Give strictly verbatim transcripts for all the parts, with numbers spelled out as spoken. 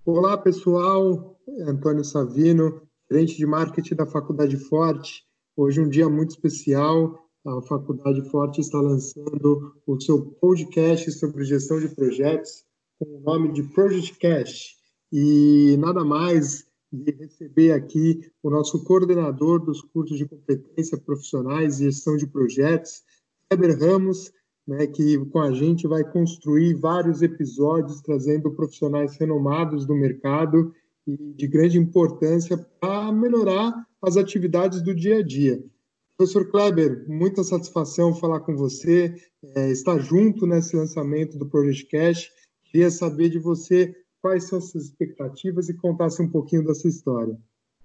Olá, pessoal. Antônio Savino, gerente de marketing da Faculdade Forte. Hoje é um dia muito especial. A Faculdade Forte está lançando o seu podcast sobre gestão de projetos com o nome de ProjectCast. E nada mais de receber aqui o nosso coordenador dos cursos de competência profissionais e gestão de projetos, Kleber Ramos, né, que com a gente vai construir vários episódios trazendo profissionais renomados do mercado e de grande importância para melhorar as atividades do dia a dia. Professor Kleber, muita satisfação falar com você, é, estar junto nesse lançamento do ProjectCast. Queria saber de você quais são as suas expectativas e contasse um pouquinho da sua história.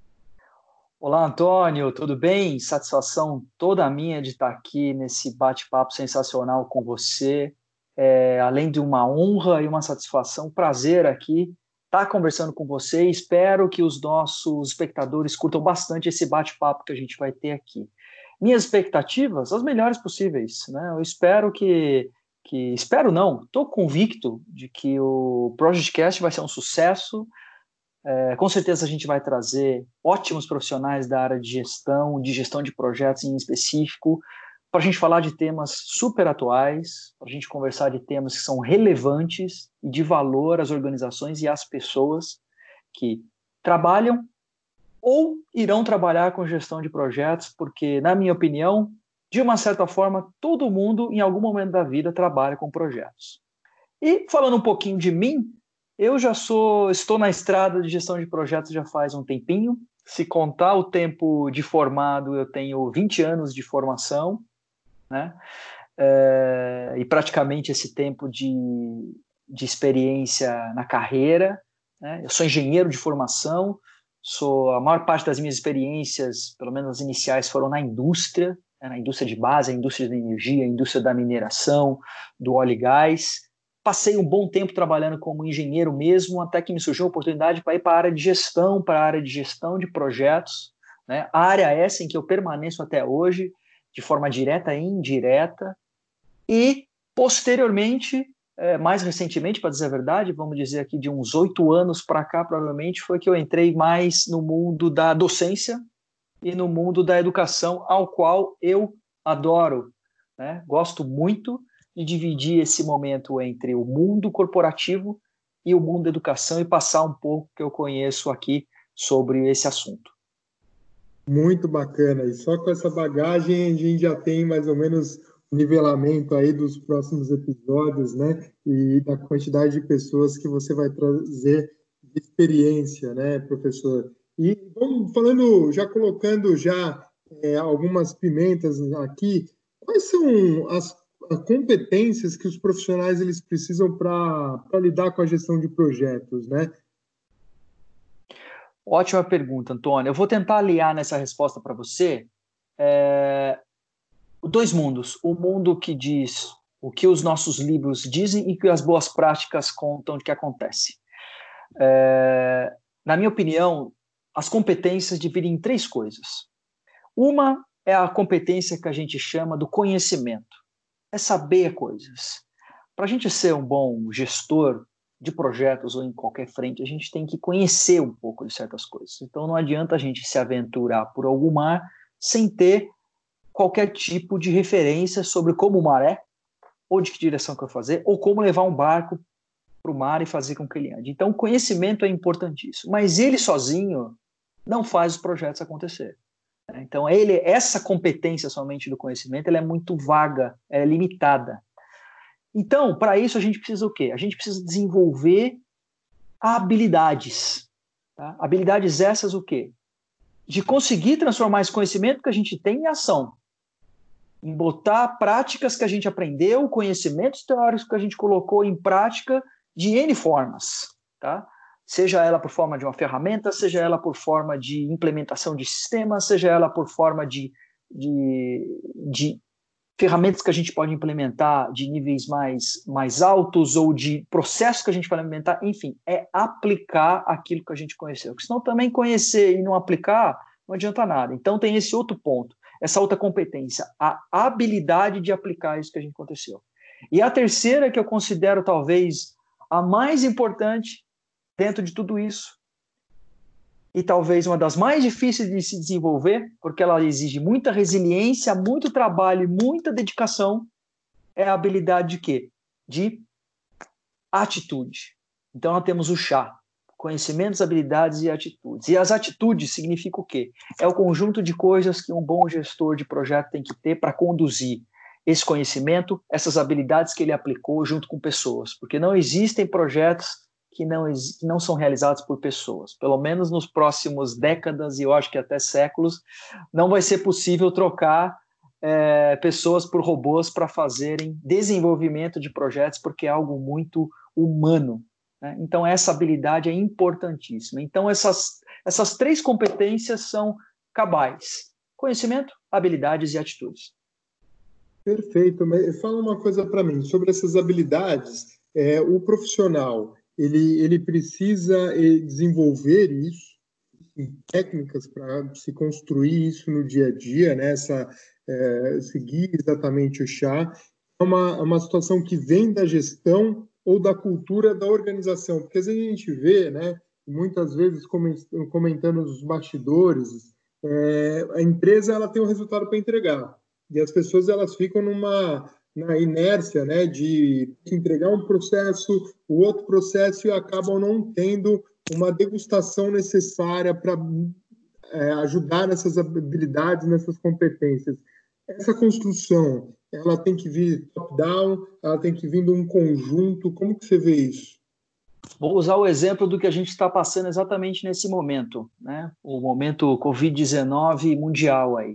Olá, Antônio, tudo bem? Satisfação toda minha de estar aqui nesse bate-papo sensacional com você. É, além de uma honra e uma satisfação, um prazer aqui estar conversando com você. Espero que os nossos espectadores curtam bastante esse bate-papo que a gente vai ter aqui. Minhas expectativas, as melhores possíveis, né? Eu espero que, que espero não, estou convicto de que o ProjectCast vai ser um sucesso. É, com certeza a gente vai trazer ótimos profissionais da área de gestão, de gestão de projetos em específico, para a gente falar de temas super atuais, para a gente conversar de temas que são relevantes e de valor às organizações e às pessoas que trabalham ou irão trabalhar com gestão de projetos, porque, na minha opinião, de uma certa forma, todo mundo, em algum momento da vida, trabalha com projetos. E, falando um pouquinho de mim, eu já sou, estou na estrada de gestão de projetos já faz um tempinho. Se contar o tempo de formado, eu tenho vinte anos de formação, né? É, e praticamente esse tempo de, de experiência na carreira, né? Eu sou engenheiro de formação, sou, a maior parte das minhas experiências, pelo menos as iniciais, foram na indústria, né? Na indústria de base, a indústria da energia, a indústria da mineração, do óleo e gás. Passei um bom tempo trabalhando como engenheiro mesmo, até que me surgiu a oportunidade para ir para a área de gestão, para a área de gestão de projetos, né? A área essa em que eu permaneço até hoje, de forma direta e indireta, e posteriormente, é, mais recentemente, para dizer a verdade, vamos dizer aqui de uns oito anos para cá, provavelmente, foi que eu entrei mais no mundo da docência e no mundo da educação, ao qual eu adoro, né? Gosto muito de dividir esse momento entre o mundo corporativo e o mundo da educação e passar um pouco que eu conheço aqui sobre esse assunto. Muito bacana. E só com essa bagagem a gente já tem mais ou menos o nivelamento aí dos próximos episódios, né? E da quantidade de pessoas que você vai trazer de experiência, né, professor? E vamos falando, já colocando já é, algumas pimentas aqui, quais são as competências que os profissionais eles precisam para lidar com a gestão de projetos, né? Ótima pergunta, Antônio. Eu vou tentar aliar nessa resposta para você é, dois mundos. O mundo que diz o que os nossos livros dizem e que as boas práticas contam de que acontece. É, na minha opinião, as competências dividem em três coisas. Uma é a competência que a gente chama do conhecimento. É saber coisas. Para a gente ser um bom gestor de projetos ou em qualquer frente, a gente tem que conhecer um pouco de certas coisas. Então, não adianta a gente se aventurar por algum mar sem ter qualquer tipo de referência sobre como o mar é, ou de que direção que eu vou fazer, ou como levar um barco para o mar e fazer com que ele ande. Então, o conhecimento é importantíssimo, mas ele sozinho não faz os projetos acontecer. Então, ele, essa competência somente do conhecimento, ela é muito vaga, é limitada. Então, para isso, a gente precisa o quê? A gente precisa desenvolver habilidades. Tá? Habilidades essas o quê? De conseguir transformar esse conhecimento que a gente tem em ação. Em botar práticas que a gente aprendeu, conhecimentos teóricos que a gente colocou em prática de N formas. Tá? Seja ela por forma de uma ferramenta, seja ela por forma de implementação de sistemas, seja ela por forma de, de, de ferramentas que a gente pode implementar de níveis mais, mais altos ou de processos que a gente pode implementar, enfim, é aplicar aquilo que a gente conheceu. Porque senão também conhecer e não aplicar não adianta nada. Então tem esse outro ponto, essa outra competência, a habilidade de aplicar isso que a gente aconteceu. E a terceira, que eu considero talvez a mais importante, dentro de tudo isso. E talvez uma das mais difíceis de se desenvolver, porque ela exige muita resiliência, muito trabalho e muita dedicação, é a habilidade de quê? De atitude. Então, nós temos o chá, conhecimentos, habilidades e atitudes. E as atitudes significam o quê? É o conjunto de coisas que um bom gestor de projeto tem que ter para conduzir esse conhecimento, essas habilidades que ele aplicou junto com pessoas. Porque não existem projetos que não, que não são realizados por pessoas. Pelo menos nos próximos décadas, e eu acho que até séculos, não vai ser possível trocar é, pessoas por robôs para fazerem desenvolvimento de projetos, porque é algo muito humano. Né? Então, essa habilidade é importantíssima. Então, essas, essas três competências são cabais: conhecimento, habilidades e atitudes. Perfeito. Mas fala uma coisa para mim sobre essas habilidades. É, o profissional, ele, ele precisa desenvolver isso, técnicas para se construir isso no dia a dia, né? Essa, é, seguir exatamente o chá. É uma, uma situação que vem da gestão ou da cultura da organização, porque às vezes a gente vê, né, muitas vezes comentando os bastidores, é, a empresa ela tem um resultado para entregar e as pessoas elas ficam numa na inércia, né, de entregar um processo, o outro processo e acabam não tendo uma degustação necessária para é, ajudar nessas habilidades, nessas competências. Essa construção, ela tem que vir top-down, ela tem que vir de um conjunto. Como que você vê isso? Vou usar o exemplo do que a gente está passando exatamente nesse momento, né? O momento covid dezenove mundial aí.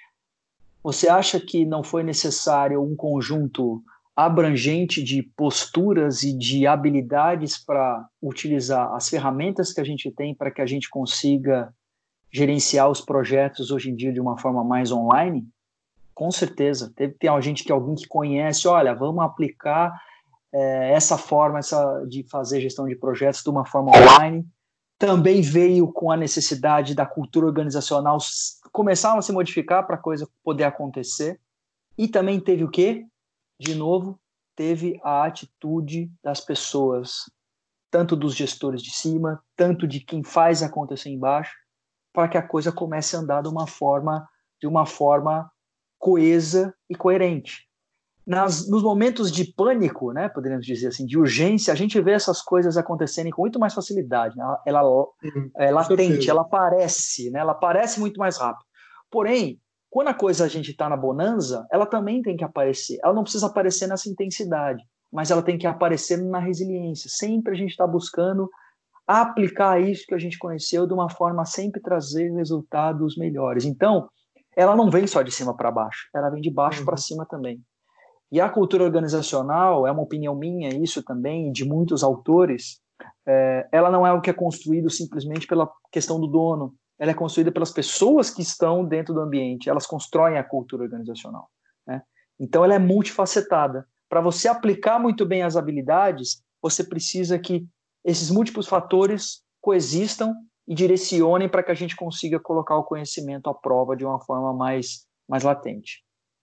Você acha que não foi necessário um conjunto abrangente de posturas e de habilidades para utilizar as ferramentas que a gente tem para que a gente consiga gerenciar os projetos hoje em dia de uma forma mais online? Com certeza. Deve ter gente que alguém que conhece, olha, vamos aplicar é, essa forma essa, de fazer gestão de projetos de uma forma online. Também veio com a necessidade da cultura organizacional começar a se modificar para a coisa poder acontecer. E também teve o quê? De novo, teve a atitude das pessoas, tanto dos gestores de cima, tanto de quem faz acontecer embaixo, para que a coisa comece a andar de uma forma, de uma forma coesa e coerente. Nas, nos momentos de pânico, né, poderíamos dizer assim, de urgência, a gente vê essas coisas acontecerem com muito mais facilidade. Né? Ela, ela Uhum, é latente, ela aparece, né? Ela aparece muito mais rápido. Porém, quando a coisa a gente está na bonança, ela também tem que aparecer. Ela não precisa aparecer nessa intensidade, mas ela tem que aparecer na resiliência. Sempre a gente está buscando aplicar isso que a gente conheceu de uma forma a sempre trazer resultados melhores. Então, ela não vem só de cima para baixo, ela vem de baixo uhum. para cima também. E a cultura organizacional, é uma opinião minha, isso também, de muitos autores, é, ela não é o que é construído simplesmente pela questão do dono, ela é construída pelas pessoas que estão dentro do ambiente, elas constroem a cultura organizacional. Né? Então, ela é multifacetada. Para você aplicar muito bem as habilidades, você precisa que esses múltiplos fatores coexistam e direcionem para que a gente consiga colocar o conhecimento à prova de uma forma mais, mais latente.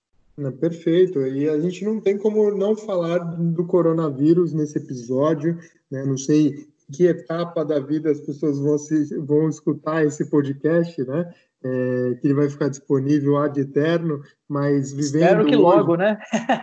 Perfeito, e a gente não tem como não falar do coronavírus nesse episódio, né? Não sei em que etapa da vida as pessoas vão, se, vão escutar esse podcast, né? É, que ele vai ficar disponível ad eterno, mas vivendo Espero que hoje, logo, né?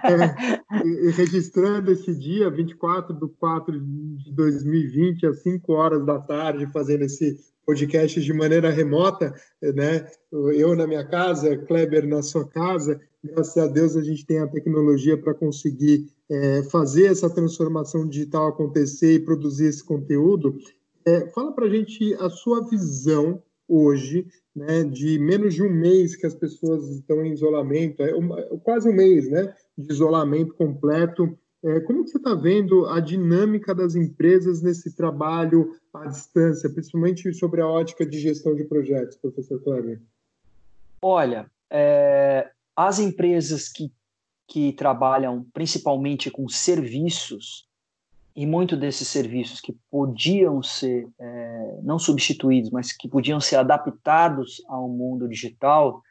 é, registrando esse dia, vinte e quatro de quatro de dois mil e vinte, às cinco horas da tarde, fazendo esse podcast de maneira remota, né? Eu na minha casa, Kleber na sua casa. Graças a Deus a gente tem a tecnologia para conseguir é, fazer essa transformação digital acontecer e produzir esse conteúdo. É, fala para a gente a sua visão hoje, né, de menos de um mês que as pessoas estão em isolamento, é uma, quase um mês, né, de isolamento completo. É, como que você está vendo a dinâmica das empresas nesse trabalho à distância, principalmente sobre a ótica de gestão de projetos, professor Kleber? Olha, é, as empresas que, que trabalham principalmente com serviços, e muito desses serviços que podiam ser é, não substituídos, mas que podiam ser adaptados ao mundo digital,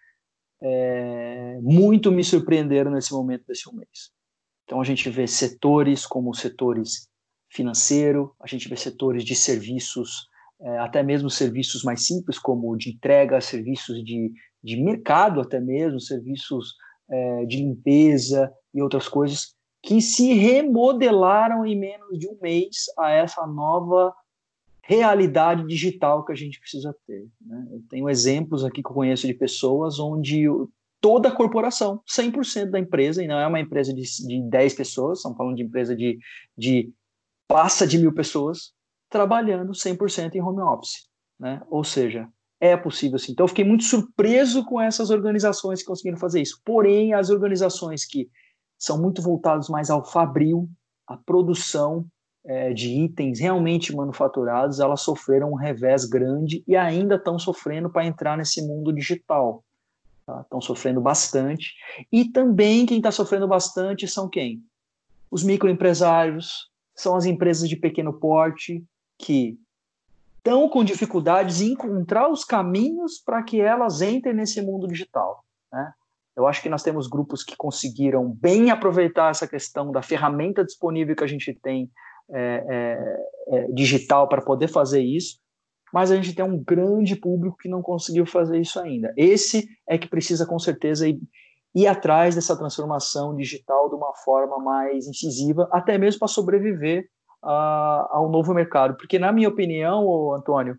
é, muito me surpreenderam nesse momento desse um mês. Então, a gente vê setores como setores financeiro, a gente vê setores de serviços, é, até mesmo serviços mais simples, como de entrega, serviços de, de mercado até mesmo, serviços é, de limpeza e outras coisas, que se remodelaram em menos de um mês a essa nova realidade digital que a gente precisa ter, né? Eu tenho exemplos aqui que eu conheço de pessoas onde toda a corporação, cem por cento da empresa, e não é uma empresa de, de dez pessoas, estamos falando de empresa de, de passa de mil pessoas, trabalhando cem por cento em home office, né? Ou seja, é possível sim. Então eu fiquei muito surpreso com essas organizações que conseguiram fazer isso. Porém, as organizações que são muito voltadas mais ao fabril, à produção, É, de itens realmente manufaturados, elas sofreram um revés grande e ainda estão sofrendo para entrar nesse mundo digital. Tá? Estão sofrendo bastante. E também quem está sofrendo bastante são quem? Os microempresários, são as empresas de pequeno porte que estão com dificuldades em encontrar os caminhos para que elas entrem nesse mundo digital, né? Eu acho que nós temos grupos que conseguiram bem aproveitar essa questão da ferramenta disponível que a gente tem É, é, é, digital para poder fazer isso, mas a gente tem um grande público que não conseguiu fazer isso ainda. Esse é que precisa, com certeza, ir, ir atrás dessa transformação digital de uma forma mais incisiva, até mesmo para sobreviver a, ao novo mercado. Porque, na minha opinião, ô, Antônio,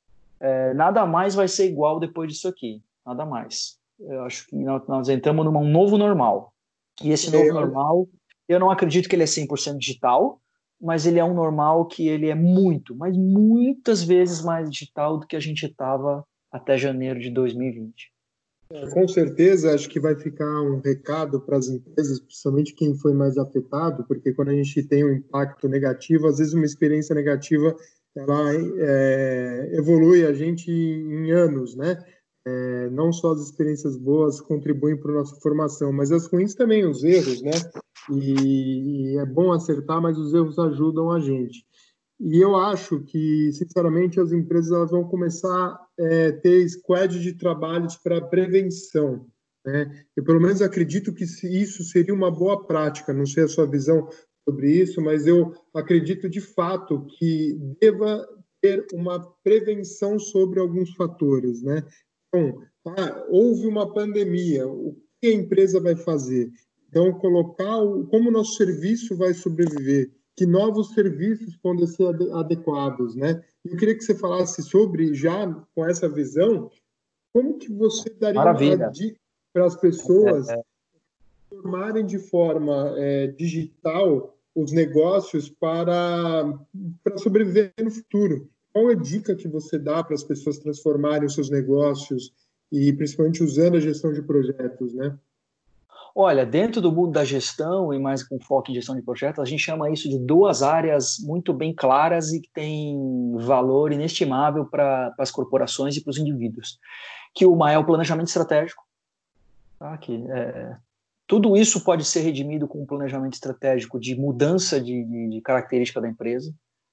é, nada mais vai ser igual depois disso aqui. Nada mais. Eu acho que nós, nós entramos num novo normal. E esse novo normal, eu não acredito que ele é cem por cento digital, mas ele é um normal que ele é muito, mas muitas vezes mais digital do que a gente estava até janeiro de dois mil e vinte. É, com certeza, acho que vai ficar um recado para as empresas, principalmente quem foi mais afetado, porque quando a gente tem um impacto negativo, às vezes uma experiência negativa, ela é, evolui a gente em anos, né? É, não só as experiências boas contribuem para a nossa formação, mas as ruins também, os erros, né? E, e é bom acertar, mas os erros ajudam a gente. E eu acho que, sinceramente, as empresas elas vão começar a é, ter squad de trabalhos para prevenção, né? Eu, pelo menos, acredito que isso seria uma boa prática. Não sei a sua visão sobre isso, mas eu acredito, de fato, que deva ter uma prevenção sobre alguns fatores, né? Então, ah, houve uma pandemia, o que a empresa vai fazer? Então, colocar o, como o nosso serviço vai sobreviver, que novos serviços podem ser adequados, né? Eu queria que você falasse sobre, já com essa visão, como que você daria uma Maravilha. dica para as pessoas formarem de forma é, digital os negócios para, para sobreviver no futuro? Qual é a dica que você dá para as pessoas transformarem os seus negócios e principalmente usando a gestão de projetos, né? Olha, dentro do mundo da gestão e mais com foco em gestão de projetos, a gente chama isso de duas áreas muito bem claras e que têm valor inestimável para as corporações e para os indivíduos. Que uma é o planejamento estratégico, tá? Que é, tudo isso pode ser redimido com um planejamento estratégico de mudança de, de, de característica da empresa.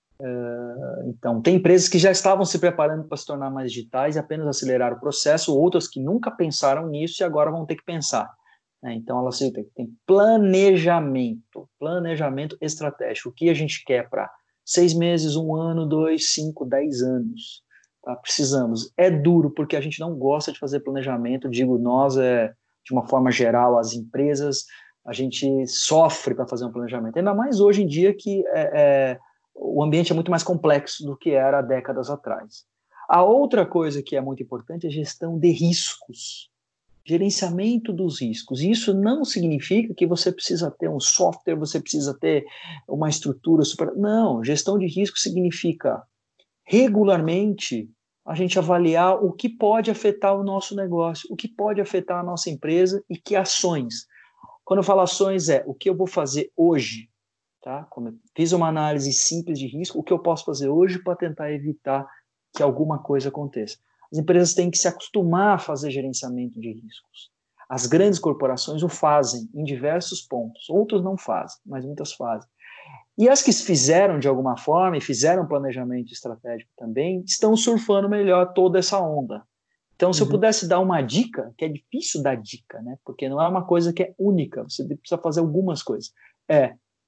Então, tem empresas que já estavam se preparando para se tornar mais digitais e apenas aceleraram o processo, outras que nunca pensaram nisso e agora vão ter que pensar. Então, elas têm planejamento, planejamento estratégico. O que a gente quer para seis meses, um ano, dois, cinco, dez anos? Tá? Precisamos. É duro, porque a gente não gosta de fazer planejamento. Digo, nós, é, de uma forma geral, as empresas, a gente sofre para fazer um planejamento. Ainda mais hoje em dia que é, é, o ambiente é muito mais complexo do que era há décadas atrás. A outra coisa que é muito importante é a gestão de riscos. Gerenciamento dos riscos. Isso não significa que você precisa ter um software, você precisa ter uma estrutura super... Não, gestão de risco significa regularmente a gente avaliar o que pode afetar o nosso negócio, o que pode afetar a nossa empresa e que ações. Quando eu falo ações é o que eu vou fazer hoje, tá? Como eu fiz uma análise simples de risco, o que eu posso fazer hoje para tentar evitar que alguma coisa aconteça. As empresas têm que se acostumar a fazer gerenciamento de riscos. As grandes corporações o fazem em diversos pontos. Outros não fazem, mas muitas fazem. E as que fizeram de alguma forma, e fizeram planejamento estratégico também, estão surfando melhor toda essa onda. Então, se uhum. eu pudesse dar uma dica, que é difícil dar dica, né? Porque não é uma coisa que é única, você precisa fazer algumas coisas. É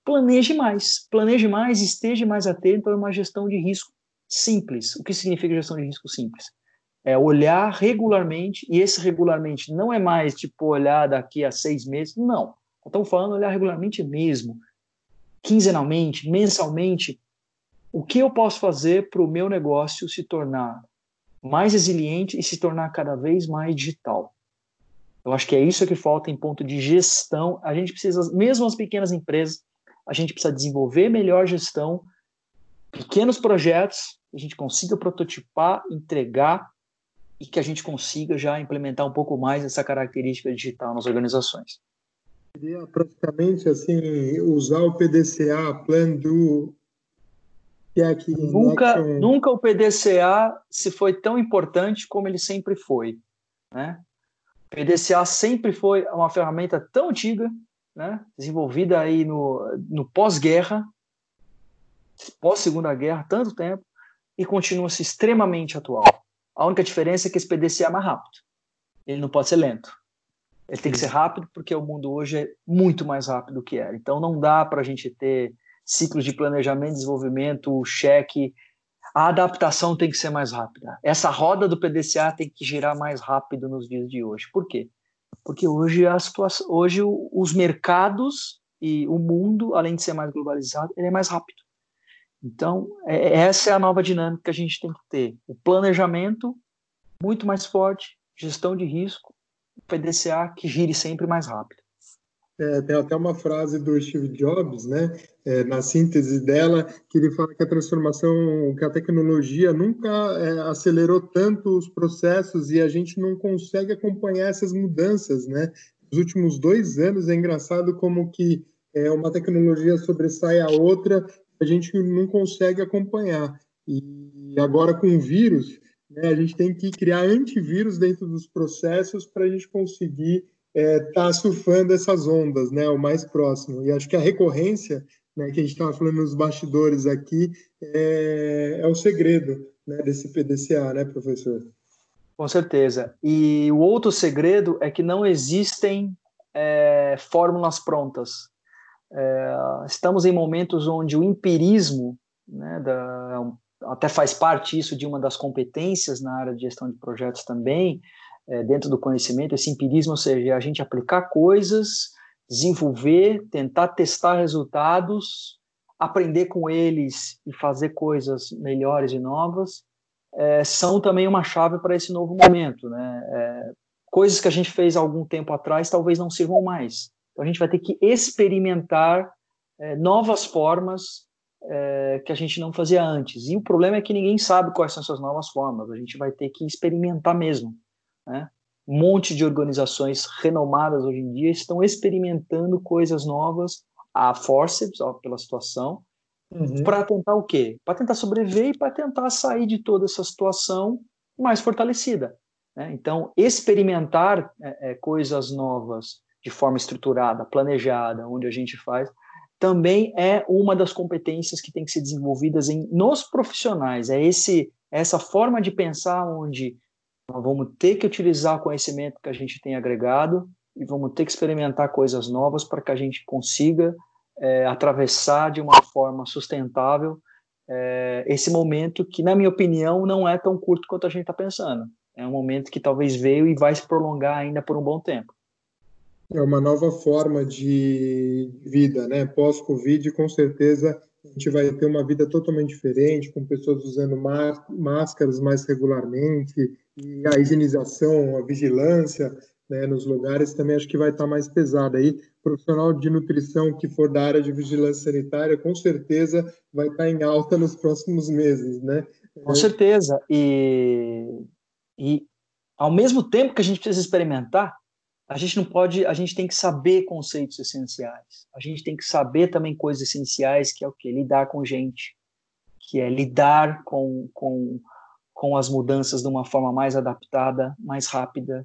planeje mais, planeje mais, esteja mais atento a uma gestão de risco simples. O que significa gestão de risco simples? É olhar regularmente, e esse regularmente não é mais tipo olhar daqui a seis meses, não. Estamos falando olhar regularmente mesmo, quinzenalmente, mensalmente. O que eu posso fazer para o meu negócio se tornar mais resiliente e se tornar cada vez mais digital? Eu acho que é isso que falta em ponto de gestão. A gente precisa, mesmo as pequenas empresas, a gente precisa desenvolver melhor gestão, pequenos projetos, que a gente consiga prototipar, entregar e que a gente consiga já implementar um pouco mais essa característica digital nas organizações. Seria praticamente assim, usar o P D C A, Plan, Do, Check, Nunca, Action. nunca o P D C A se foi tão importante como ele sempre foi, né? O P D C A sempre foi uma ferramenta tão antiga, né? Desenvolvida aí no, no pós-guerra, pós-segunda guerra, tanto tempo, e continua-se extremamente atual. A única diferença é que esse P D C A é mais rápido. Ele não pode ser lento. Ele tem que ser rápido porque o mundo hoje é muito mais rápido do que era. Então não dá para a gente ter ciclos de planejamento, desenvolvimento, cheque. A adaptação tem que ser mais rápida. Essa roda do P D C A tem que girar mais rápido nos dias de hoje. Por quê? Porque hoje, a situação, hoje os mercados e o mundo, além de ser mais globalizado, ele é mais rápido. Então, é, essa é a nova dinâmica que a gente tem que ter. O planejamento muito mais forte, gestão de risco, P D C A que gire sempre mais rápido. É, tem até uma frase do Steve Jobs, né, é, na síntese dela, que ele fala que a transformação, que a tecnologia nunca é, acelerou tanto os processos e a gente não consegue acompanhar essas mudanças, né? Nos últimos dois anos é engraçado como que é, uma tecnologia sobressai a outra, a gente não consegue acompanhar. E agora com o vírus, né, a gente tem que criar antivírus dentro dos processos para a gente conseguir é, tá surfando essas ondas, né, o mais próximo. E acho que a recorrência, né, que a gente estava falando nos bastidores aqui, é, é o segredo, né, desse P D C A, né, professor? Com certeza. E o outro segredo é que não existem é, fórmulas prontas. É, estamos em momentos onde o empirismo, né, da, até faz parte isso de uma das competências na área de gestão de projetos também, é, dentro do conhecimento, esse empirismo, ou seja, a gente aplicar coisas, desenvolver, tentar testar resultados, aprender com eles e fazer coisas melhores e novas, é, são também uma chave para esse novo momento, né? É, coisas que a gente fez há algum tempo atrás talvez não sirvam mais. Então a gente vai ter que experimentar é, novas formas é, que a gente não fazia antes. E o problema é que ninguém sabe quais são essas novas formas. A gente vai ter que experimentar mesmo, né? Um monte de organizações renomadas hoje em dia estão experimentando coisas novas a forceps, ó, pela situação, uhum. Para tentar o quê? Para tentar sobreviver e para tentar sair de toda essa situação mais fortalecida, né? Então, experimentar é, é, coisas novas de forma estruturada, planejada, onde a gente faz, também é uma das competências que tem que ser desenvolvidas em, nos profissionais. É esse, essa forma de pensar onde nós vamos ter que utilizar o conhecimento que a gente tem agregado e vamos ter que experimentar coisas novas para que a gente consiga é, atravessar de uma forma sustentável é, esse momento que, na minha opinião, não é tão curto quanto a gente está pensando. É um momento que talvez veio e vai se prolongar ainda por um bom tempo. É uma nova forma de vida, né? Pós-Covid, com certeza, a gente vai ter uma vida totalmente diferente, com pessoas usando máscaras mais regularmente, e a higienização, a vigilância, né, nos lugares também acho que vai estar mais pesada. Aí, profissional de nutrição que for da área de vigilância sanitária, com certeza vai estar em alta nos próximos meses, né? Com certeza. E, e ao mesmo tempo que a gente precisa experimentar, a gente não pode, a gente tem que saber conceitos essenciais. A gente tem que saber também coisas essenciais, que é o quê? Lidar com gente, que é lidar com, com, com as mudanças de uma forma mais adaptada, mais rápida.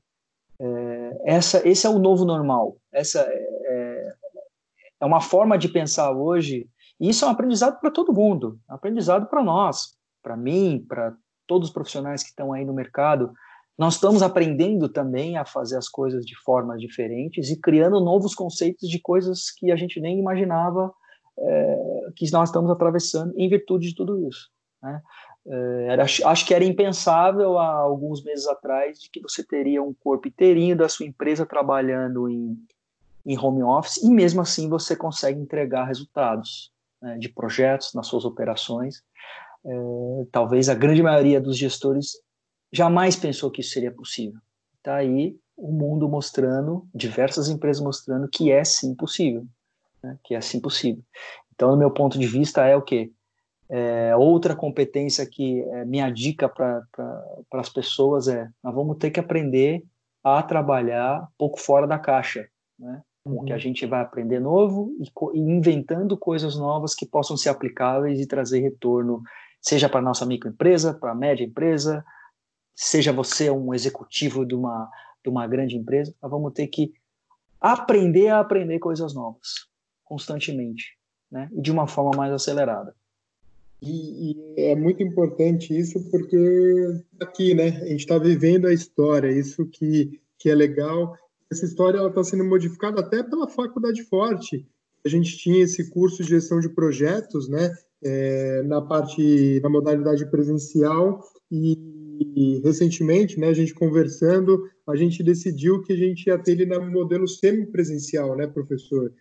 É, essa, esse é o novo normal. Essa é, é uma forma de pensar hoje, e isso é um aprendizado para todo mundo, é um aprendizado para nós, para mim, para todos os profissionais que estão aí no mercado. Nós estamos aprendendo também a fazer as coisas de formas diferentes e criando novos conceitos de coisas que a gente nem imaginava é, que nós estamos atravessando em virtude de tudo isso, né? É, era, acho que era impensável há alguns meses atrás de que você teria um corpo inteirinho da sua empresa trabalhando em, em home office e mesmo assim você consegue entregar resultados, né, de projetos nas suas operações. É, talvez a grande maioria dos gestores jamais pensou que isso seria possível. Está aí o mundo mostrando, diversas empresas mostrando que é sim possível, né? Que é sim possível. Então, no meu ponto de vista, é o quê? É, outra competência que é minha dica para pra, as pessoas é: nós vamos ter que aprender a trabalhar um pouco fora da caixa, né? Com o que a gente vai aprender novo e, e inventando coisas novas que possam ser aplicáveis e trazer retorno, seja para a nossa microempresa, para a média empresa, seja você um executivo de uma, de uma grande empresa. Nós vamos ter que aprender a aprender coisas novas, constantemente, né? E de uma forma mais acelerada. E, e é muito importante isso porque aqui, né, a gente está vivendo a história, isso que, que é legal. Essa história está sendo modificada até pela Faculdade Forte. A gente tinha esse curso de gestão de projetos, né, é, na parte, na modalidade presencial e, e recentemente, né, a gente conversando, a gente decidiu que a gente ia ter ele no modelo semipresencial, né, professor?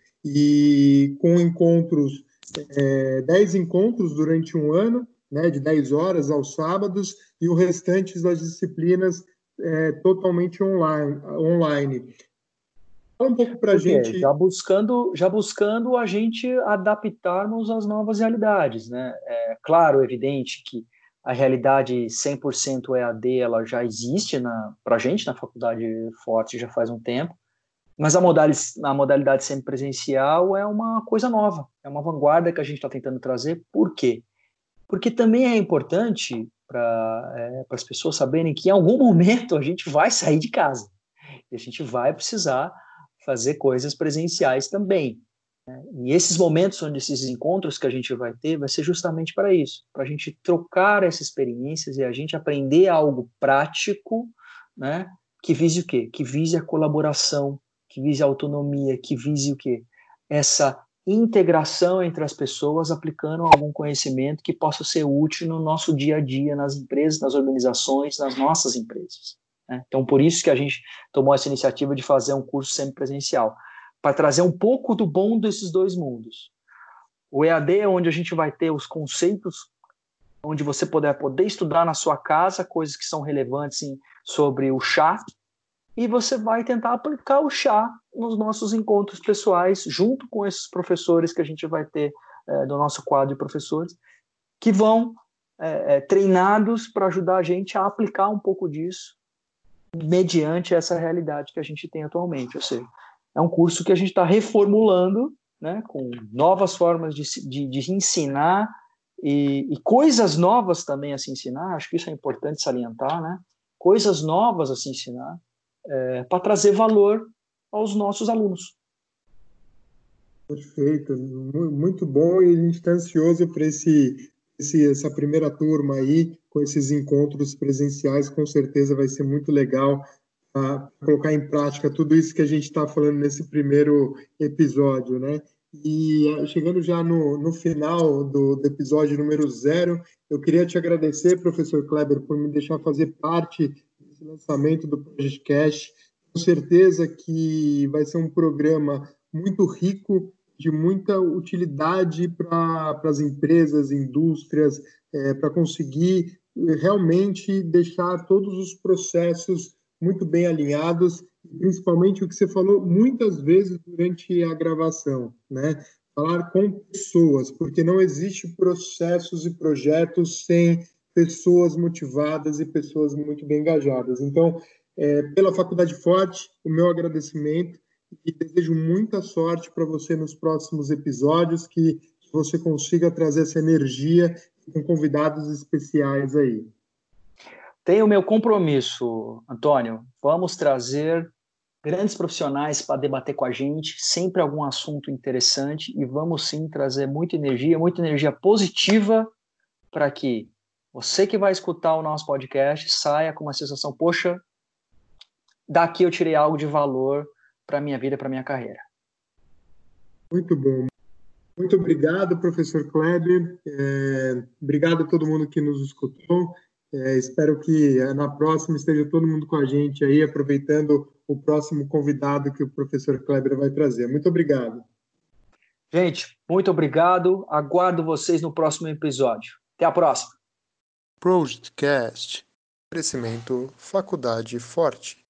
E com encontros É, dez encontros durante um ano, né, de dez horas aos sábados, e o restante das disciplinas é, totalmente online. online. Fala um pouco para a gente. Já buscando, já buscando a gente adaptarmos às novas realidades, né? É claro, evidente que a realidade cem por cento E A D ela já existe para a gente na Faculdade Forte já faz um tempo, mas a modalidade, a modalidade semipresencial é uma coisa nova, é uma vanguarda que a gente está tentando trazer. Por quê? Porque também é importante para é, as pessoas saberem que em algum momento a gente vai sair de casa e a gente vai precisar fazer coisas presenciais também, né? E esses momentos onde esses encontros que a gente vai ter vai ser justamente para isso, para a gente trocar essas experiências e a gente aprender algo prático, né? Que vise o quê? Que vise a colaboração, que vise a autonomia, que vise o quê? Essa integração entre as pessoas aplicando algum conhecimento que possa ser útil no nosso dia a dia, nas empresas, nas organizações, nas nossas empresas, né? Então, por isso que a gente tomou essa iniciativa de fazer um curso semipresencial, para trazer um pouco do bom desses dois mundos. O E A D é onde a gente vai ter os conceitos, onde você poder, poder estudar na sua casa coisas que são relevantes em, sobre o chá, e você vai tentar aplicar o chá nos nossos encontros pessoais, junto com esses professores que a gente vai ter é, do nosso quadro de professores, que vão é, é, treinados para ajudar a gente a aplicar um pouco disso mediante essa realidade que a gente tem atualmente. Ou seja, é um curso que a gente está reformulando, né, com novas formas de, de, de ensinar e, e coisas novas também a se ensinar. Acho que isso é importante salientar, né? Coisas novas a se ensinar, é, para trazer valor aos nossos alunos. Perfeito, muito bom, e a gente está ansioso para esse, esse, essa primeira turma aí, com esses encontros presenciais, com certeza vai ser muito legal uh, colocar em prática tudo isso que a gente está falando nesse primeiro episódio, né? E uh, chegando já no, no final do, do episódio número zero, eu queria te agradecer, professor Kleber, por me deixar fazer parte desse lançamento do podcast. Com certeza que vai ser um programa muito rico, de muita utilidade para as empresas, indústrias, é, para conseguir realmente deixar todos os processos muito bem alinhados, principalmente o que você falou muitas vezes durante a gravação, né? Falar com pessoas, porque não existe processos e projetos sem pessoas motivadas e pessoas muito bem engajadas. Então, é, pela Faculdade Forte, o meu agradecimento e desejo muita sorte para você nos próximos episódios, que você consiga trazer essa energia com convidados especiais aí. Tenho o meu compromisso, Antônio. Vamos trazer grandes profissionais para debater com a gente, sempre algum assunto interessante, e vamos sim trazer muita energia, muita energia positiva para que você que vai escutar o nosso podcast saia com uma sensação, poxa, daqui eu tirei algo de valor para a minha vida, para a minha carreira. Muito bom. Muito obrigado, professor Kleber. É, obrigado a todo mundo que nos escutou. É, espero que na próxima esteja todo mundo com a gente aí, aproveitando o próximo convidado que o professor Kleber vai trazer. Muito obrigado. Gente, muito obrigado. Aguardo vocês no próximo episódio. Até a próxima. Projectcast. Crescimento Faculdade Forte.